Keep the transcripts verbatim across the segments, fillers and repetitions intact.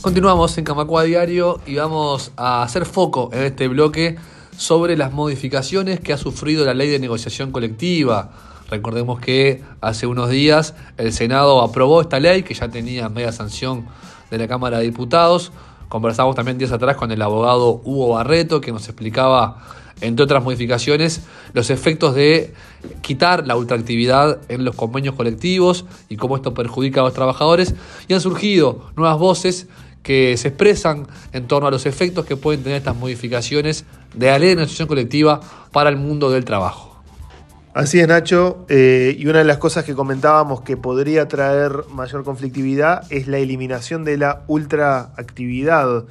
Continuamos en Camacuá Diario y vamos a hacer foco en este bloque sobre las modificaciones que ha sufrido la ley de negociación colectiva. Recordemos que hace unos días el Senado aprobó esta ley que ya tenía media sanción de la Cámara de Diputados. Conversamos también días atrás con el abogado Hugo Barreto, que nos explicaba, entre otras modificaciones, los efectos de quitar la ultraactividad en los convenios colectivos y cómo esto perjudica a los trabajadores. Y han surgido nuevas voces que se expresan en torno a los efectos que pueden tener estas modificaciones de la ley de negociación colectiva para el mundo del trabajo. Así es, Nacho, eh, y una de las cosas que comentábamos que podría traer mayor conflictividad es la eliminación de la ultraactividad,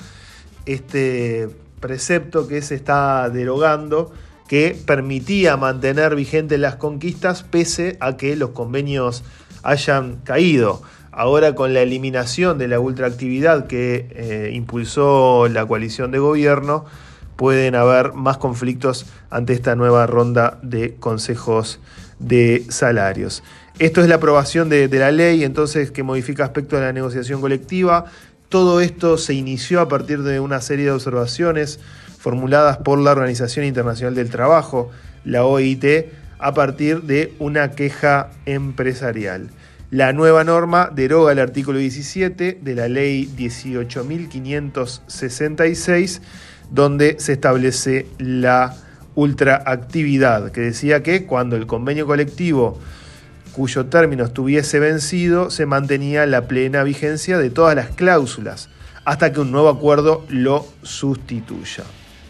este precepto que se está derogando, que permitía mantener vigentes las conquistas pese a que los convenios hayan caído. Ahora, con la eliminación de la ultraactividad que eh, impulsó la coalición de gobierno, pueden haber más conflictos ante esta nueva ronda de consejos de salarios. Esto es la aprobación de, de la ley, entonces, que modifica aspectos de la negociación colectiva. Todo esto se inició a partir de una serie de observaciones formuladas por la Organización Internacional del Trabajo, la O I T, a partir de una queja empresarial. La nueva norma deroga el artículo diecisiete de la ley dieciocho mil quinientos sesenta y seis, donde se establece la ultraactividad, que decía que cuando el convenio colectivo cuyo término estuviese vencido, se mantenía la plena vigencia de todas las cláusulas, hasta que un nuevo acuerdo lo sustituya.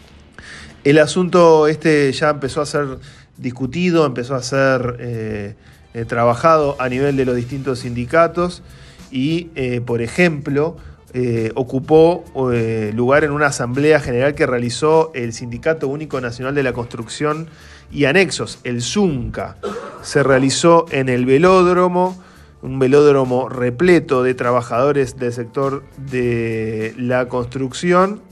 El asunto este ya empezó a ser discutido, empezó a ser eh, eh, trabajado a nivel de los distintos sindicatos y, eh, por ejemplo, eh, ocupó eh, lugar en una asamblea general que realizó el Sindicato Único Nacional de la Construcción y Anexos, el ZUNCA. Se realizó en el velódromo, un velódromo repleto de trabajadores del sector de la construcción,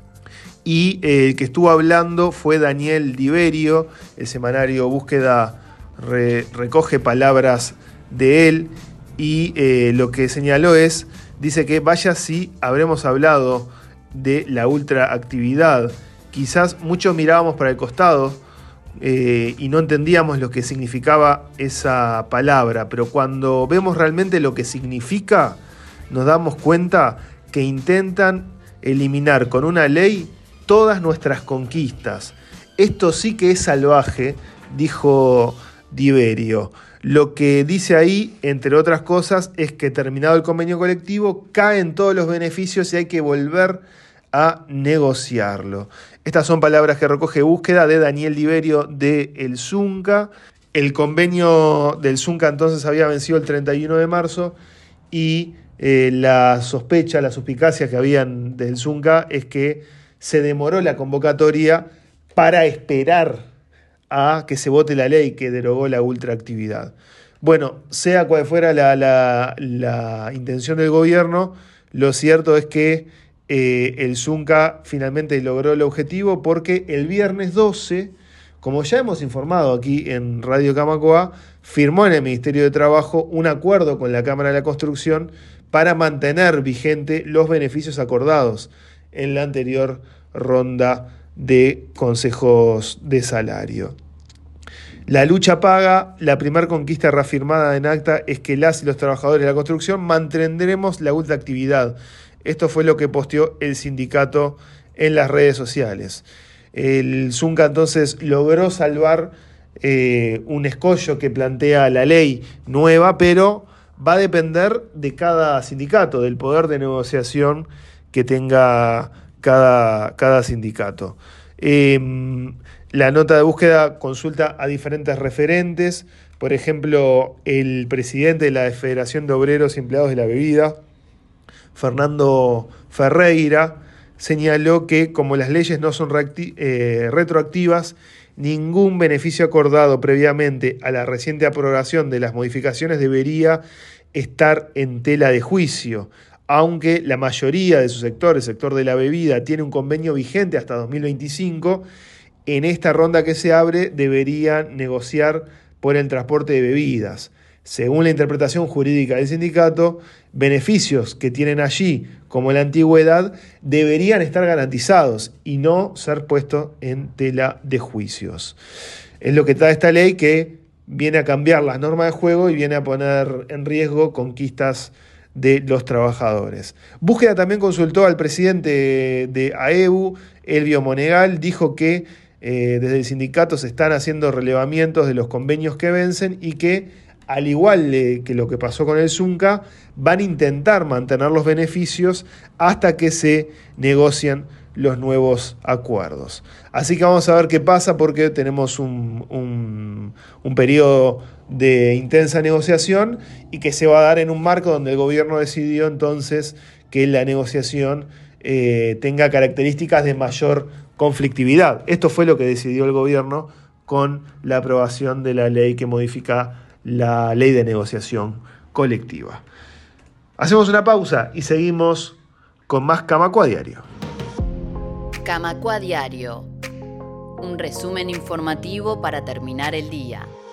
y eh, el que estuvo hablando fue Daniel Diverio. El semanario Búsqueda re, recoge palabras de él y eh, lo que señaló es, dice que vaya si habremos hablado de la ultraactividad. Quizás muchos mirábamos para el costado eh, y no entendíamos lo que significaba esa palabra, pero cuando vemos realmente lo que significa, nos damos cuenta que intentan eliminar con una ley todas nuestras conquistas. Esto sí que es salvaje, dijo Diverio. Lo que dice ahí, entre otras cosas, es que terminado el convenio colectivo, caen todos los beneficios y hay que volver a negociarlo. Estas son palabras que recoge Búsqueda de Daniel Diverio de el ZUNCA. El convenio del ZUNCA entonces había vencido el treinta y uno de marzo y eh, la sospecha, la suspicacia que habían del ZUNCA es que se demoró la convocatoria para esperar a que se vote la ley que derogó la ultraactividad. Bueno, sea cual fuera la, la, la intención del gobierno, lo cierto es que eh, el ZUNCA finalmente logró el objetivo, porque el viernes doce, como ya hemos informado aquí en Radio Camacuá, firmó en el Ministerio de Trabajo un acuerdo con la Cámara de la Construcción para mantener vigente los beneficios acordados en la anterior ronda de consejos de salario. La lucha paga. La primera conquista reafirmada en acta es que las y los trabajadores de la construcción mantendremos la ultraactividad. Esto fue lo que posteó el sindicato en las redes sociales. El ZUNCA entonces logró salvar eh, un escollo que plantea la ley nueva, pero va a depender de cada sindicato, del poder de negociación que tenga cada, cada sindicato. Eh, la nota de búsqueda consulta a diferentes referentes, por ejemplo, el presidente de la Federación de Obreros y Empleados de la Bebida, Fernando Ferreira, señaló que como las leyes no son reacti- eh, retroactivas, ningún beneficio acordado previamente a la reciente aprobación de las modificaciones debería estar en tela de juicio, aunque la mayoría de su sector, el sector de la bebida, tiene un convenio vigente hasta dos mil veinticinco, en esta ronda que se abre deberían negociar por el transporte de bebidas. Según la interpretación jurídica del sindicato, beneficios que tienen allí, como la antigüedad, deberían estar garantizados y no ser puestos en tela de juicios. Es lo que trae esta ley, que viene a cambiar las normas de juego y viene a poner en riesgo conquistas de los trabajadores. Búsqueda también consultó al presidente de A E U, Elvio Monegal. Dijo que eh, desde el sindicato se están haciendo relevamientos de los convenios que vencen y que, al igual eh, que lo que pasó con el Zunca, van a intentar mantener los beneficios hasta que se negocian los nuevos acuerdos. Así que vamos a ver qué pasa, porque tenemos un, un, un periodo de intensa negociación y que se va a dar en un marco donde el gobierno decidió entonces que la negociación eh, tenga características de mayor conflictividad. Esto fue lo que decidió el gobierno con la aprobación de la ley que modifica la ley de negociación colectiva. Hacemos una pausa y seguimos con más Camacua Diario. Camacua Diario, un resumen informativo para terminar el día.